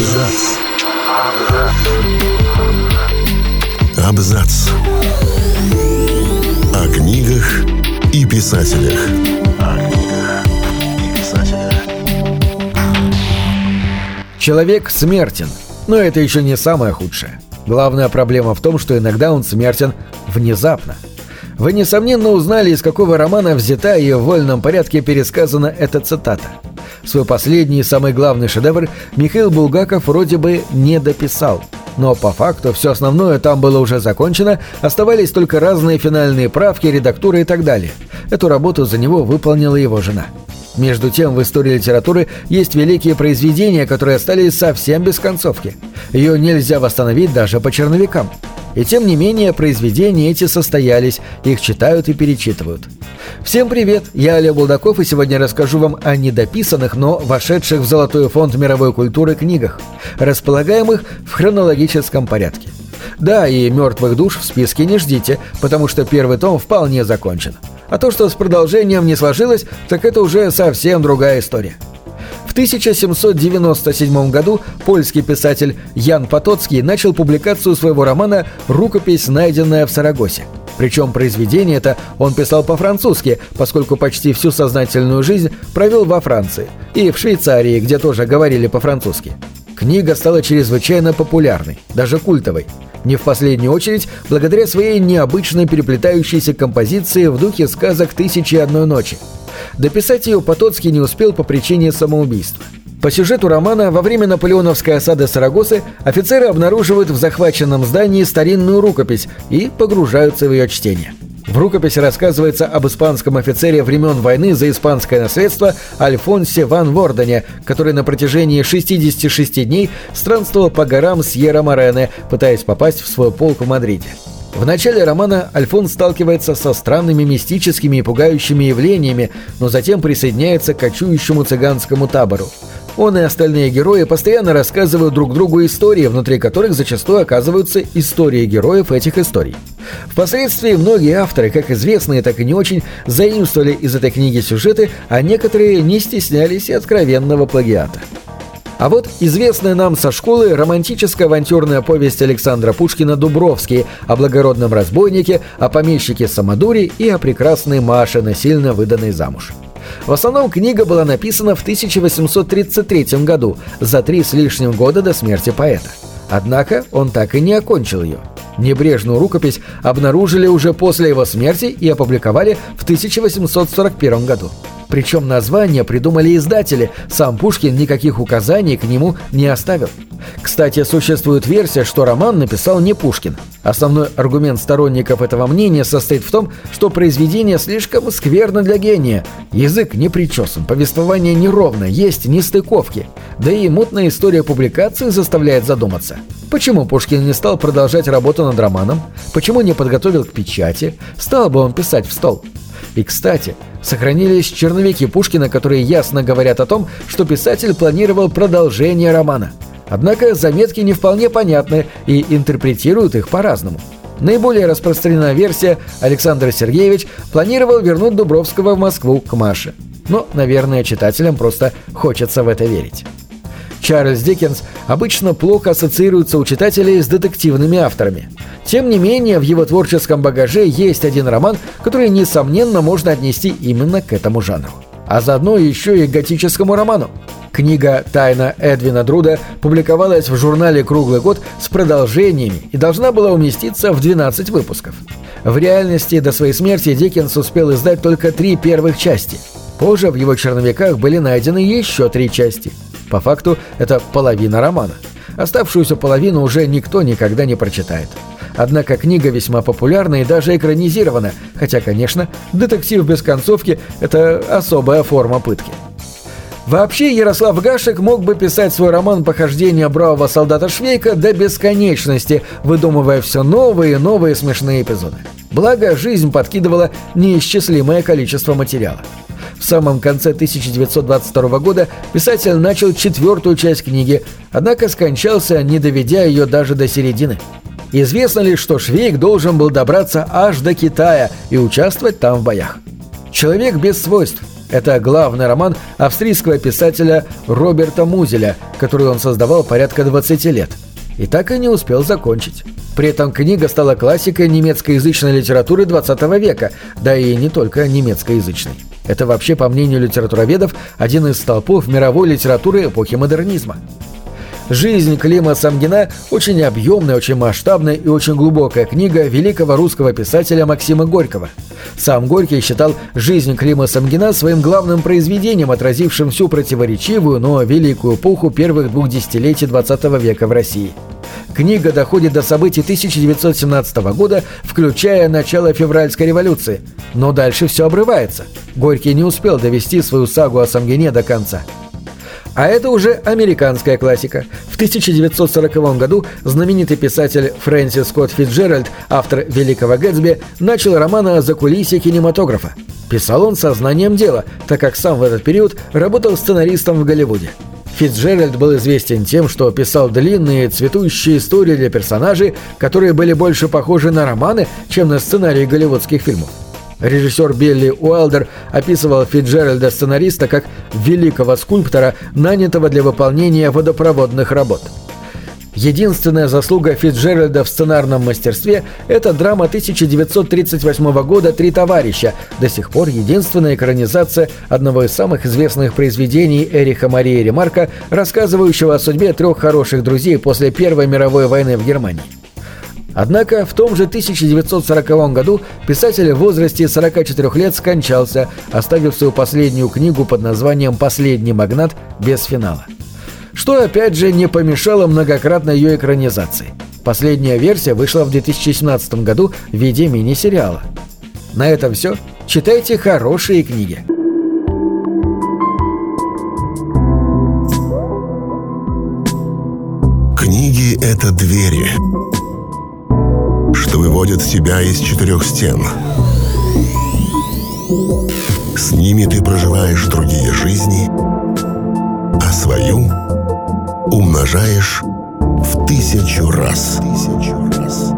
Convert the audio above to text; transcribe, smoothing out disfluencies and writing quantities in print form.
Абзац. Абзац. О книгах и писателях. Человек смертен, но это еще не самое худшее. Главная проблема в том, что иногда он смертен внезапно. Вы, несомненно, узнали, из какого романа взята и в вольном порядке пересказана эта цитата. Свой последний и самый главный шедевр Михаил Булгаков вроде бы не дописал. Но по факту все основное там было уже закончено, оставались только разные финальные правки, редактуры и так далее. Эту работу за него выполнила его жена. Между тем, в истории литературы есть великие произведения, которые остались совсем без концовки. Ее нельзя восстановить даже по черновикам. И тем не менее, произведения эти состоялись, их читают и перечитывают. Всем привет, я Олег Булдаков, и сегодня расскажу вам о недописанных, но вошедших в золотой фонд мировой культуры книгах, располагаемых в хронологическом порядке. Да, и «Мертвых душ» в списке не ждите, потому что первый том вполне закончен. А то, что с продолжением не сложилось, так это уже совсем другая история. В 1797 году польский писатель Ян Потоцкий начал публикацию своего романа «Рукопись, найденная в Сарагосе». Причем произведение это он писал по-французски, поскольку почти всю сознательную жизнь провел во Франции и в Швейцарии, где тоже говорили по-французски. Книга стала чрезвычайно популярной, даже культовой. Не в последнюю очередь благодаря своей необычной переплетающейся композиции в духе сказок «Тысячи и одной ночи». Дописать ее Потоцкий не успел по причине самоубийства. По сюжету романа во время наполеоновской осады Сарагосы офицеры обнаруживают в захваченном здании старинную рукопись и погружаются в ее чтение. В рукописи рассказывается об испанском офицере времен войны за испанское наследство Альфонсе ван Вордене, который на протяжении 66 дней странствовал по горам Сьерра-Морене, пытаясь попасть в свой полк в Мадриде. В начале романа Альфонс сталкивается со странными мистическими и пугающими явлениями, но затем присоединяется к кочующему цыганскому табору. Он и остальные герои постоянно рассказывают друг другу истории, внутри которых зачастую оказываются истории героев этих историй. Впоследствии многие авторы, как известные, так и не очень, заимствовали из этой книги сюжеты, а некоторые не стеснялись и откровенного плагиата. А вот известная нам со школы романтическая авантюрная повесть Александра Пушкина «Дубровский» о благородном разбойнике, о помещике Самодуре и о прекрасной Маше, насильно выданной замуж. В основном книга была написана в 1833 году, за 3 с лишним года до смерти поэта. Однако он так и не окончил ее. Небрежную рукопись обнаружили уже после его смерти и опубликовали в 1841 году. Причем название придумали издатели, сам Пушкин никаких указаний к нему не оставил. Кстати, существует версия, что роман написал не Пушкин. Основной аргумент сторонников этого мнения состоит в том, что произведение слишком скверно для гения. Язык не причесан, повествование неровно, есть нестыковки. Да и мутная история публикации заставляет задуматься. Почему Пушкин не стал продолжать работу над романом? Почему не подготовил к печати? Стал бы он писать в стол? И, кстати, сохранились черновики Пушкина, которые ясно говорят о том, что писатель планировал продолжение романа. Однако заметки не вполне понятны и интерпретируют их по-разному. Наиболее распространенная версия: Александр Сергеевич планировал вернуть Дубровского в Москву к Маше. Но, наверное, читателям просто хочется в это верить. Чарльз Диккенс обычно плохо ассоциируется у читателей с детективными авторами. Тем не менее, в его творческом багаже есть один роман, который, несомненно, можно отнести именно к этому жанру. А заодно еще и к готическому роману. Книга «Тайна Эдвина Друда» публиковалась в журнале «Круглый год» с продолжениями и должна была уместиться в 12 выпусков. В реальности до своей смерти Диккенс успел издать только 3 первых части. Позже в его черновиках были найдены еще 3 части. По факту это половина романа. Оставшуюся половину уже никто никогда не прочитает. Однако книга весьма популярна и даже экранизирована, хотя, конечно, детектив без концовки – это особая форма пытки. Вообще, Ярослав Гашек мог бы писать свой роман «Похождения бравого солдата Швейка» до бесконечности, выдумывая все новые и новые смешные эпизоды. Благо, жизнь подкидывала неисчислимое количество материала. В самом конце 1922 года писатель начал 4-ю часть книги, однако скончался, не доведя ее даже до середины. Известно лишь, что Швейк должен был добраться аж до Китая и участвовать там в боях. Человек без свойств. Это главный роман австрийского писателя Роберта Музеля, который он создавал порядка 20 лет. И так и не успел закончить. При этом книга стала классикой немецкоязычной литературы XX века, да и не только немецкоязычной. Это вообще, по мнению литературоведов, один из столпов мировой литературы эпохи модернизма. «Жизнь Клима Самгина» – очень объемная, очень масштабная и очень глубокая книга великого русского писателя Максима Горького. Сам Горький считал «Жизнь Клима Самгина» своим главным произведением, отразившим всю противоречивую, но великую эпоху первых 2 десятилетий XX века в России. Книга доходит до событий 1917 года, включая начало февральской революции. Но дальше все обрывается. Горький не успел довести свою сагу о Самгине до конца. А это уже американская классика. В 1940 году знаменитый писатель Фрэнсис Скотт Фицджеральд, автор «Великого Гэтсби», начал роман о закулисье кинематографа. Писал он сознанием дела, так как сам в этот период работал сценаристом в Голливуде. Фицджеральд был известен тем, что писал длинные, цветущие истории для персонажей, которые были больше похожи на романы, чем на сценарии голливудских фильмов. Режиссер Билли Уайлдер описывал Фицджеральда-сценариста как великого скульптора, нанятого для выполнения водопроводных работ. Единственная заслуга Фицджеральда в сценарном мастерстве – это драма 1938 года «Три товарища», до сих пор единственная экранизация одного из самых известных произведений Эриха Марии Ремарка, рассказывающего о судьбе 3 хороших друзей после Первой мировой войны в Германии. Однако в том же 1940 году писатель в возрасте 44 лет скончался, оставив свою последнюю книгу под названием «Последний магнат» без финала. Что опять же не помешало многократной ее экранизации. Последняя версия вышла в 2017 году в виде мини-сериала. На этом все. Читайте хорошие книги. Книги — это двери, что выводят тебя из 4 стен. С ними ты проживаешь другие жизни, а свою умножаешь в 1000 раз.